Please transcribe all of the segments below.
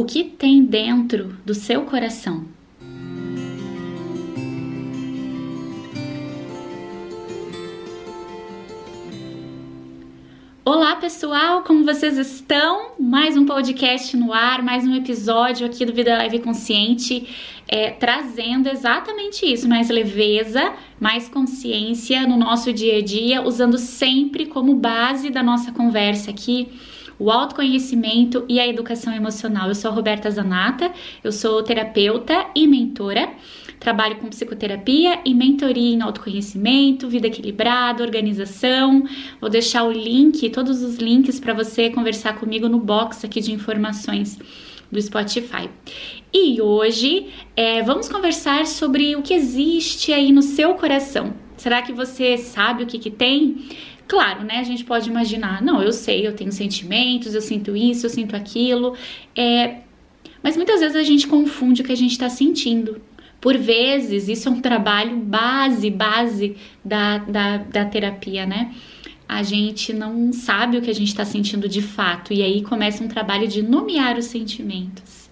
que tem dentro do seu coração? Olá pessoal, como vocês estão? Mais um podcast no ar, mais um episódio aqui do Vida Leve e Consciente, trazendo exatamente isso, mais leveza, mais consciência no nosso dia a dia, usando sempre como base da nossa conversa aqui o autoconhecimento e a educação emocional. Eu sou a Roberta Zanata, eu sou terapeuta e mentora. Trabalho com psicoterapia e mentoria em autoconhecimento, vida equilibrada, organização. Vou deixar o link, todos os links para você conversar comigo no box aqui de informações do Spotify. E hoje vamos conversar sobre o que existe aí no seu coração. Será que você sabe o que tem? Claro, né? A gente pode imaginar, não, eu sei, eu tenho sentimentos, eu sinto isso, eu sinto aquilo. Mas muitas vezes a gente confunde o que a gente está sentindo. Por vezes, isso é um trabalho base da terapia, né? A gente não sabe o que a gente está sentindo de fato, e aí começa um trabalho de nomear os sentimentos.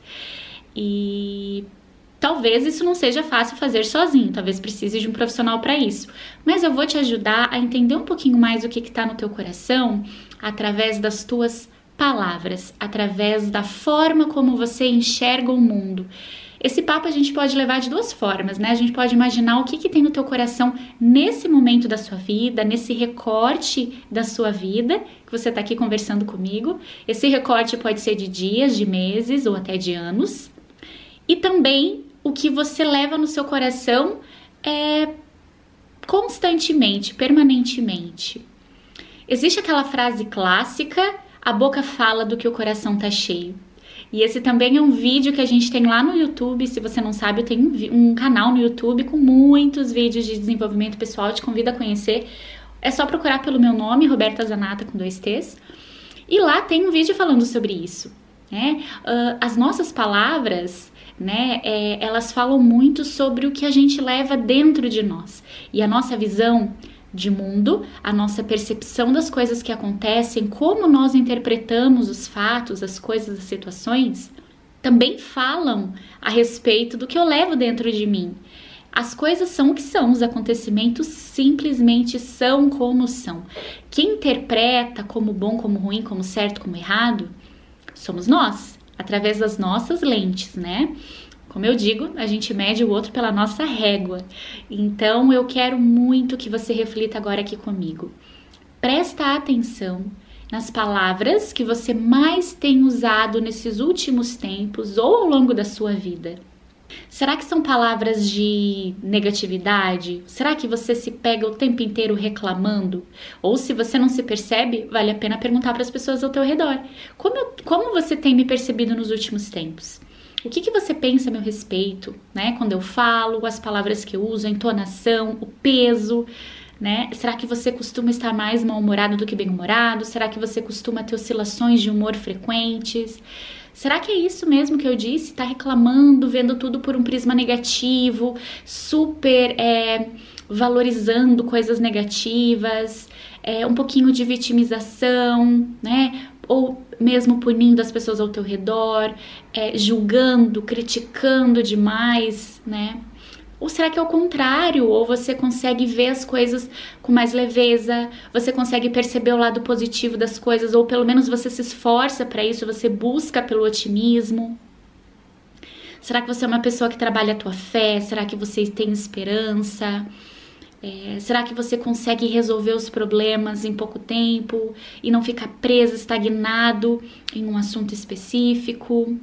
E talvez isso não seja fácil fazer sozinho, talvez precise de um profissional para isso. Mas eu vou te ajudar a entender um pouquinho mais o que está no teu coração através das tuas palavras, através da forma como você enxerga o mundo. Esse papo a gente pode levar de duas formas, né? A gente pode imaginar o que tem no teu coração nesse momento da sua vida, nesse recorte da sua vida, que você está aqui conversando comigo. Esse recorte pode ser de dias, de meses ou até de anos. E também o que você leva no seu coração constantemente, permanentemente. Existe aquela frase clássica, a boca fala do que o coração tá cheio. E esse também é um vídeo que a gente tem lá no YouTube. Se você não sabe, eu tenho um canal no YouTube com muitos vídeos de desenvolvimento pessoal. Eu te convido a conhecer. É só procurar pelo meu nome, Roberta Zanata, com 2 T's. E lá tem um vídeo falando sobre isso, né? As nossas palavras, né, elas falam muito sobre o que a gente leva dentro de nós. E a nossa visão de mundo, a nossa percepção das coisas que acontecem, como nós interpretamos os fatos, as coisas, as situações, também falam a respeito do que eu levo dentro de mim. As coisas são o que são, os acontecimentos simplesmente são como são. Quem interpreta como bom, como ruim, como certo, como errado, somos nós, através das nossas lentes, né? Como eu digo, a gente mede o outro pela nossa régua. Então, eu quero muito que você reflita agora aqui comigo. Presta atenção nas palavras que você mais tem usado nesses últimos tempos ou ao longo da sua vida. Será que são palavras de negatividade? Será que você se pega o tempo inteiro reclamando? Ou se você não se percebe, vale a pena perguntar para as pessoas ao teu redor. Como você tem me percebido nos últimos tempos? O que você pensa a meu respeito, né? Quando eu falo, as palavras que eu uso, a entonação, o peso, né? Será que você costuma estar mais mal-humorado do que bem-humorado? Será que você costuma ter oscilações de humor frequentes? Será que é isso mesmo que eu disse? Tá reclamando, vendo tudo por um prisma negativo, super valorizando coisas negativas, um pouquinho de vitimização, né? Ou mesmo punindo as pessoas ao teu redor, julgando, criticando demais, né? Ou será que é o contrário? Ou você consegue ver as coisas com mais leveza, você consegue perceber o lado positivo das coisas, ou pelo menos você se esforça para isso, você busca pelo otimismo? Será que você é uma pessoa que trabalha a tua fé? Será que você tem esperança? Será que você consegue resolver os problemas em pouco tempo e não ficar preso, estagnado em um assunto específico?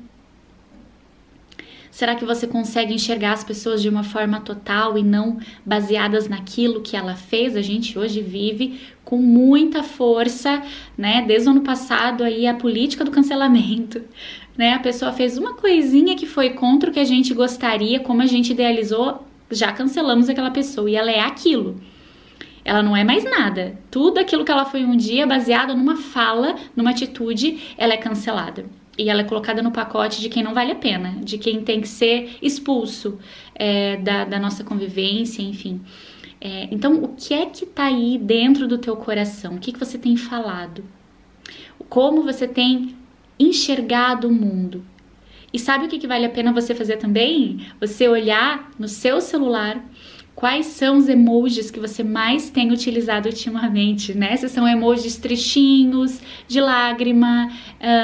Será que você consegue enxergar as pessoas de uma forma total e não baseadas naquilo que ela fez? A gente hoje vive com muita força, né? Desde o ano passado aí a política do cancelamento, né? A pessoa fez uma coisinha que foi contra o que a gente gostaria, como a gente idealizou, já cancelamos aquela pessoa e ela é aquilo. Ela não é mais nada. Tudo aquilo que ela foi um dia, baseado numa fala, numa atitude, ela é cancelada. E ela é colocada no pacote de quem não vale a pena, de quem tem que ser expulso da nossa convivência, enfim. Então, o que é que tá aí dentro do teu coração? O que você tem falado? Como você tem enxergado o mundo? E sabe o que vale a pena você fazer também? Você olhar no seu celular quais são os emojis que você mais tem utilizado ultimamente, né? Se são emojis tristinhos, de lágrima,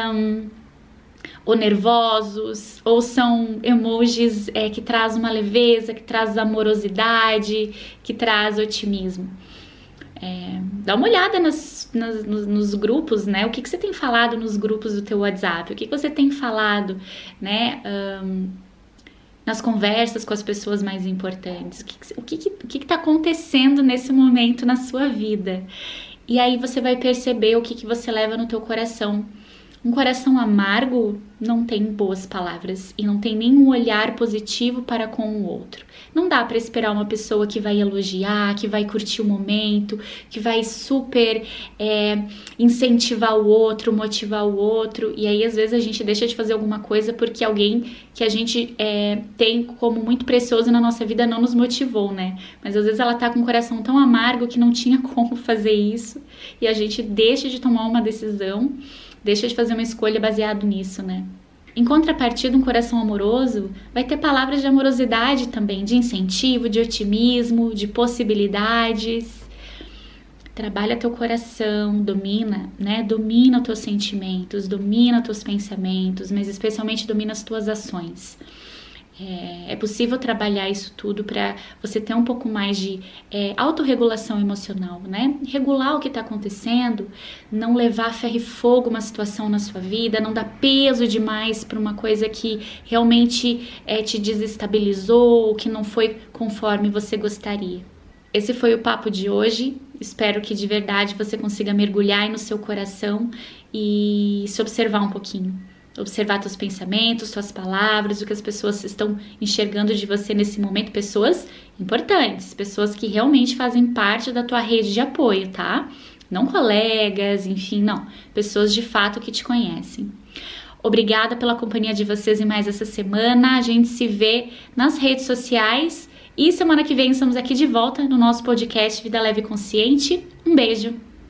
ou nervosos, ou são emojis que traz uma leveza, que traz amorosidade, que traz otimismo. Dá uma olhada nos grupos, né? O que você tem falado nos grupos do teu WhatsApp? O que você tem falado, né? Nas conversas com as pessoas mais importantes? O que está acontecendo nesse momento na sua vida? E aí você vai perceber o que você leva no teu coração. Um coração amargo não tem boas palavras e não tem nenhum olhar positivo para com o outro. Não dá para esperar uma pessoa que vai elogiar, que vai curtir o momento, que vai super incentivar o outro, motivar o outro. E aí, às vezes, a gente deixa de fazer alguma coisa porque alguém que a gente tem como muito precioso na nossa vida não nos motivou, né? Mas às vezes ela tá com um coração tão amargo que não tinha como fazer isso. E a gente deixa de tomar uma decisão, deixa de fazer uma escolha baseado nisso, né? Em contrapartida, um coração amoroso vai ter palavras de amorosidade também, de incentivo, de otimismo, de possibilidades. Trabalha teu coração, domina, né? Domina os teus sentimentos, domina os teus pensamentos, mas especialmente domina as tuas ações. É possível trabalhar isso tudo para você ter um pouco mais de autorregulação emocional, né? Regular o que está acontecendo, não levar ferro e fogo uma situação na sua vida, não dar peso demais para uma coisa que realmente te desestabilizou ou que não foi conforme você gostaria. Esse foi o papo de hoje. Espero que de verdade você consiga mergulhar aí no seu coração e se observar um pouquinho. Observar teus pensamentos, tuas palavras, o que as pessoas estão enxergando de você nesse momento. Pessoas importantes, pessoas que realmente fazem parte da tua rede de apoio, tá? Não colegas, enfim, não. Pessoas de fato que te conhecem. Obrigada pela companhia de vocês em mais essa semana. A gente se vê nas redes sociais e semana que vem estamos aqui de volta no nosso podcast Vida Leve e Consciente. Um beijo!